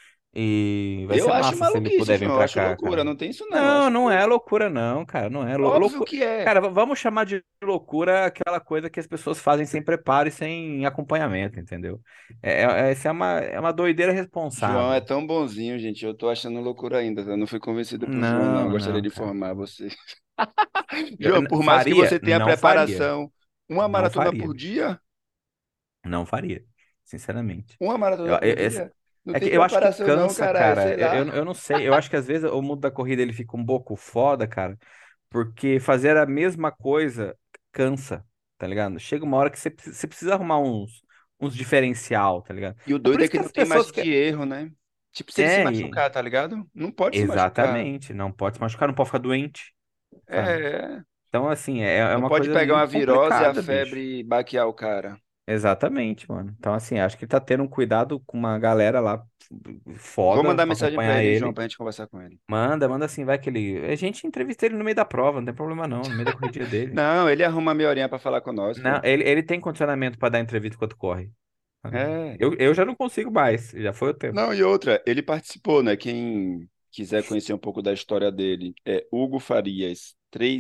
E vai Eu ser acho massa se ele maluquice, puder vir João, eu pra acho cá, loucura, cara. não tem isso não, eu Não, acho não é doido. loucura, não, cara. Não é Óbvio loucura. que é. Cara, vamos chamar de loucura aquela coisa que as pessoas fazem sem preparo e sem acompanhamento, entendeu? Essa é uma doideira João é responsável. tão bonzinho, gente, eu tô achando loucura ainda, tá? Eu não fui convencido por João, não, eu Não, gostaria não, de cara. informar você. João, por mais que Faria? você tenha Não faria. preparação, uma Não maratona faria, por bicho. dia? Não faria, sinceramente. Uma maratona Eu- por eu- esse- dia? Não é tem que eu acho que preparação não, cansa, caralho, cara. sei lá. Eu não sei. Eu acho que às vezes o mundo da corrida ele fica um pouco foda, cara, porque fazer a mesma coisa cansa, tá ligado? Chega uma hora que você precisa arrumar uns diferencial, tá ligado? E o É por doido é isso que que não as tem pessoas margem que. de erro, né? Tipo, se ele se É, machucar, tá ligado? Não pode se machucar. exatamente. Não pode se machucar, não pode ficar doente, sabe? É, Então, assim, é não uma pode coisa pegar uma muito virose e a complicada, bicho. febre baquear o cara. Exatamente, mano. Então, assim, acho que ele tá tendo um cuidado com uma galera lá Vou foda mandar pra mensagem pra acompanhar ele, hein, João, ele. pra gente conversar com ele. Manda assim, vai que ele. A gente entrevista ele no meio da prova, não tem problema não, no meio da corridinha dele. Não, ele arruma meia horinha pra falar com nós, Não, pô. ele tem condicionamento pra dar entrevista enquanto corre. É. Eu já não consigo mais, já foi o tempo. Não, e outra, ele participou, né? Quem quiser conhecer um pouco da história dele, é Hugo Farias,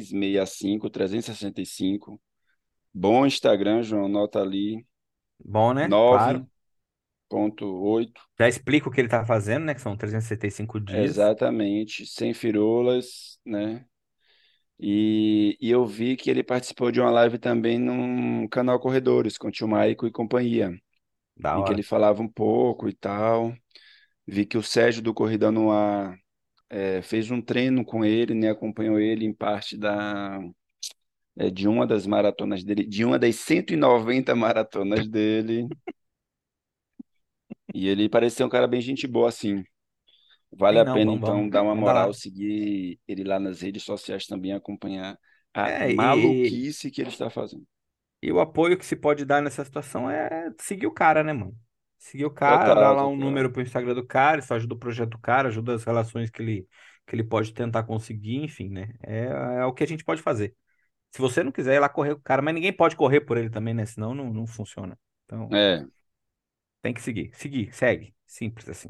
365. Bom Instagram, João, nota ali, Bom, né? nove Claro. ponto oito. Já explico o que ele tá fazendo, né? Que são 365 dias. Exatamente, sem firulas, né? E eu vi que ele participou de uma live também num canal Corredores, com o tio Maico e companhia, Da em que ele hora. falava um pouco e tal. Vi que o Sérgio do Corrida no Ar fez um treino com ele, né? Acompanhou ele em parte de uma das maratonas dele, de uma das 190 maratonas dele. E ele parecia um cara bem gente boa, assim. Vale Sim, a não, pena, vamos, vamos. então, dar uma Vamos dar moral, lá. seguir ele lá nas redes sociais também, acompanhar a É, maluquice que ele está fazendo. e o apoio que se pode dar nessa situação é seguir o cara, né, mano? Seguir o cara, dar Total, lá um total. número pro Instagram do cara, isso ajuda o projeto do cara, ajuda as relações que ele pode tentar conseguir, enfim, né? É o que a gente pode fazer. Se você não quiser ir lá correr com o cara, mas ninguém pode correr por ele também, né? Senão não funciona. Então, É, tem que seguir. Seguir, segue. Simples assim.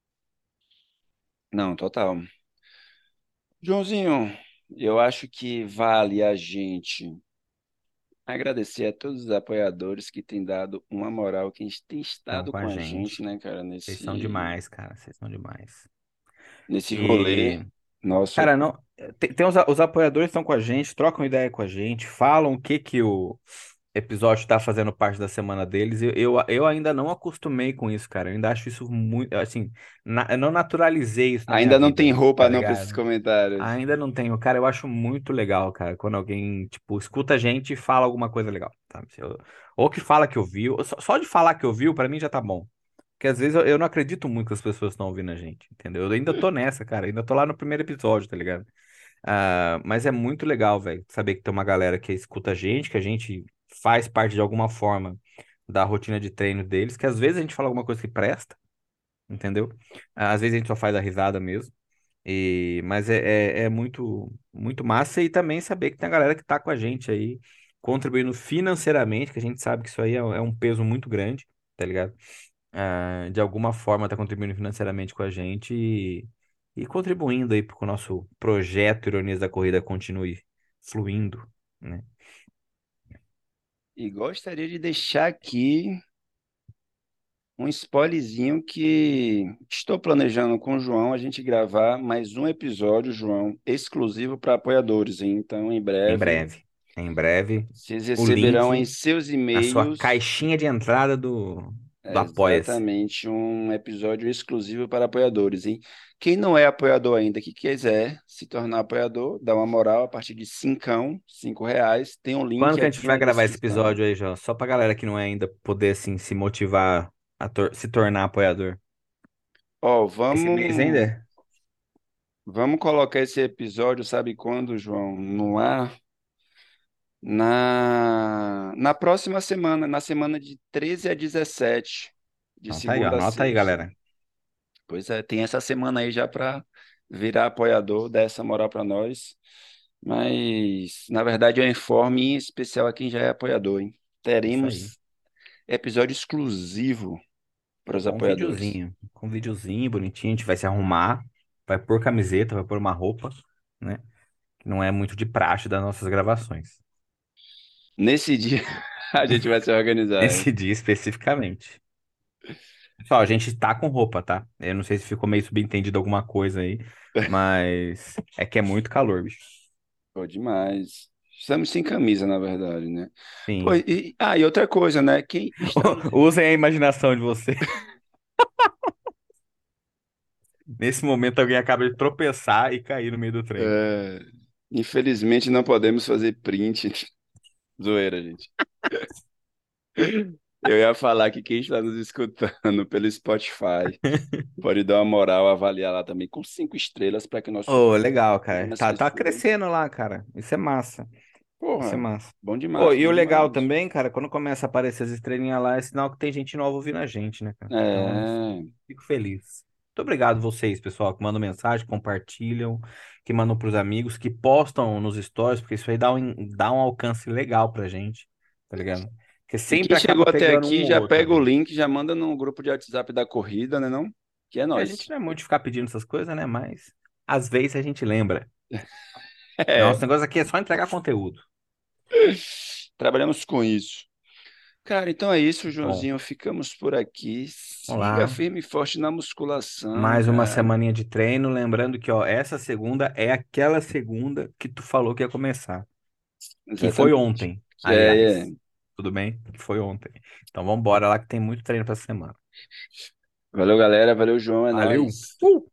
não, total. Joãozinho, eu acho que vale a gente agradecer a todos os apoiadores que têm dado uma moral, que tem Estão estado com a com a gente, gente. né, cara, Vocês são demais, cara. Vocês são demais. nesse rolê E nosso cara, aqui. não, tem os apoiadores estão com a gente, trocam ideia com a gente, falam o que que o episódio está fazendo parte da semana deles. Eu ainda não acostumei com isso, cara. Eu ainda acho isso muito, assim, eu não naturalizei isso na minha Ainda não tem vida, tá roupa não para esses ligado? comentários. Ainda não tenho, cara. Eu acho muito legal, cara, quando alguém, tipo, escuta a gente e fala alguma coisa legal, sabe? Ou que fala que ouviu, só de falar que ouviu, pra mim já tá bom. Porque às vezes eu não acredito muito que as pessoas estão ouvindo a gente, entendeu? Eu ainda tô nessa, cara. Ainda tô lá no primeiro episódio, tá ligado? Mas é muito legal, velho, saber que tem uma galera que escuta a gente, que a gente faz parte de alguma forma da rotina de treino deles, que às vezes a gente fala alguma coisa que presta, entendeu? Às vezes a gente só faz a risada mesmo. Mas é muito, muito massa e também saber que tem a galera que tá com a gente aí, contribuindo financeiramente, que a gente sabe que isso aí é um peso muito grande, tá ligado? De alguma forma tá contribuindo financeiramente com a gente e contribuindo aí para que o nosso projeto Ironias da Corrida continue fluindo, né? E gostaria de deixar aqui um spoilerzinho que estou planejando com o João a gente gravar mais um episódio, João, exclusivo para apoiadores, hein? Então, Em breve, vocês o receberão em link seus na sua e-mails caixinha de entrada do Apoia-se. exatamente um episódio exclusivo para apoiadores, hein? Quem não é apoiador ainda, que quiser se tornar apoiador, dá uma moral a partir de R$ 5, tem um Quando link que a gente aqui vai na gravar esse descrição. episódio aí, João? Só pra galera que não é ainda poder, assim, se motivar a se tornar apoiador. Ó, Esse mês vamos ainda? Vamos colocar esse episódio, sabe quando, João? No ar? Na próxima semana, na semana de 13 a 17, de Então tá aí, ó. segunda a Anota aí, sexta. galera. Pois é, tem essa semana aí já para virar apoiador, dar essa moral para nós. Mas, na verdade, eu informo em especial a quem já é apoiador, hein? Isso aí. Teremos episódio exclusivo para os apoiadores. Com um videozinho bonitinho, a gente vai se arrumar, vai pôr camiseta, vai pôr uma roupa, né? Que não é muito de praxe das nossas gravações. Nesse dia, a gente vai se organizar, Nesse hein? dia especificamente. Pessoal, a gente tá com roupa, tá? Eu não sei se ficou meio subentendido alguma coisa aí, mas é que é muito calor, bicho. Pô, demais. Estamos sem camisa, na verdade, né? Pô, Sim. e outra coisa, né? Quem está nos... Usem a imaginação de você. Nesse momento, alguém acaba de tropeçar e cair no meio do trem. é, infelizmente não podemos fazer print. Zoeira, gente. Eu ia falar que quem está nos escutando pelo Spotify pode dar uma moral, avaliar lá também com 5 estrelas para que o nosso Oh, podcast legal, chegue cara. nas Tá pessoas. crescendo lá, cara. Isso é massa. Isso é Porra, massa. bom Oh, demais, e bom o legal demais. também, cara, quando começa a aparecer as estrelinhas lá, é sinal que tem gente nova ouvindo a gente, né, cara? Então, eu É, fico feliz. Muito obrigado vocês, pessoal, que mandam mensagem, compartilham, que mandam pros amigos, que postam nos stories, porque isso aí dá um alcance legal pra gente, tá ligado? Porque e sempre quem chegou acaba até pegando um aqui ou já outro pega o ali. link, já manda no grupo de WhatsApp da corrida, né não? Que é A gente nós. não é muito de ficar pedindo essas coisas, né? Mas às vezes a gente lembra. Nosso É, negócio aqui é só entregar conteúdo. trabalhamos com isso. Cara, então é isso, Bom, Joãozinho. Ficamos por aqui. vamos Siga lá. firme e forte na musculação, Mais uma cara. semaninha de treino. Lembrando que, ó, essa segunda é aquela segunda que tu falou que ia começar. Que foi Exatamente. ontem, É, é. aliás. Tudo bem? Que foi ontem. Então vamos embora lá que tem muito treino pra semana. Valeu, galera. Valeu, João. É Valeu! nóis.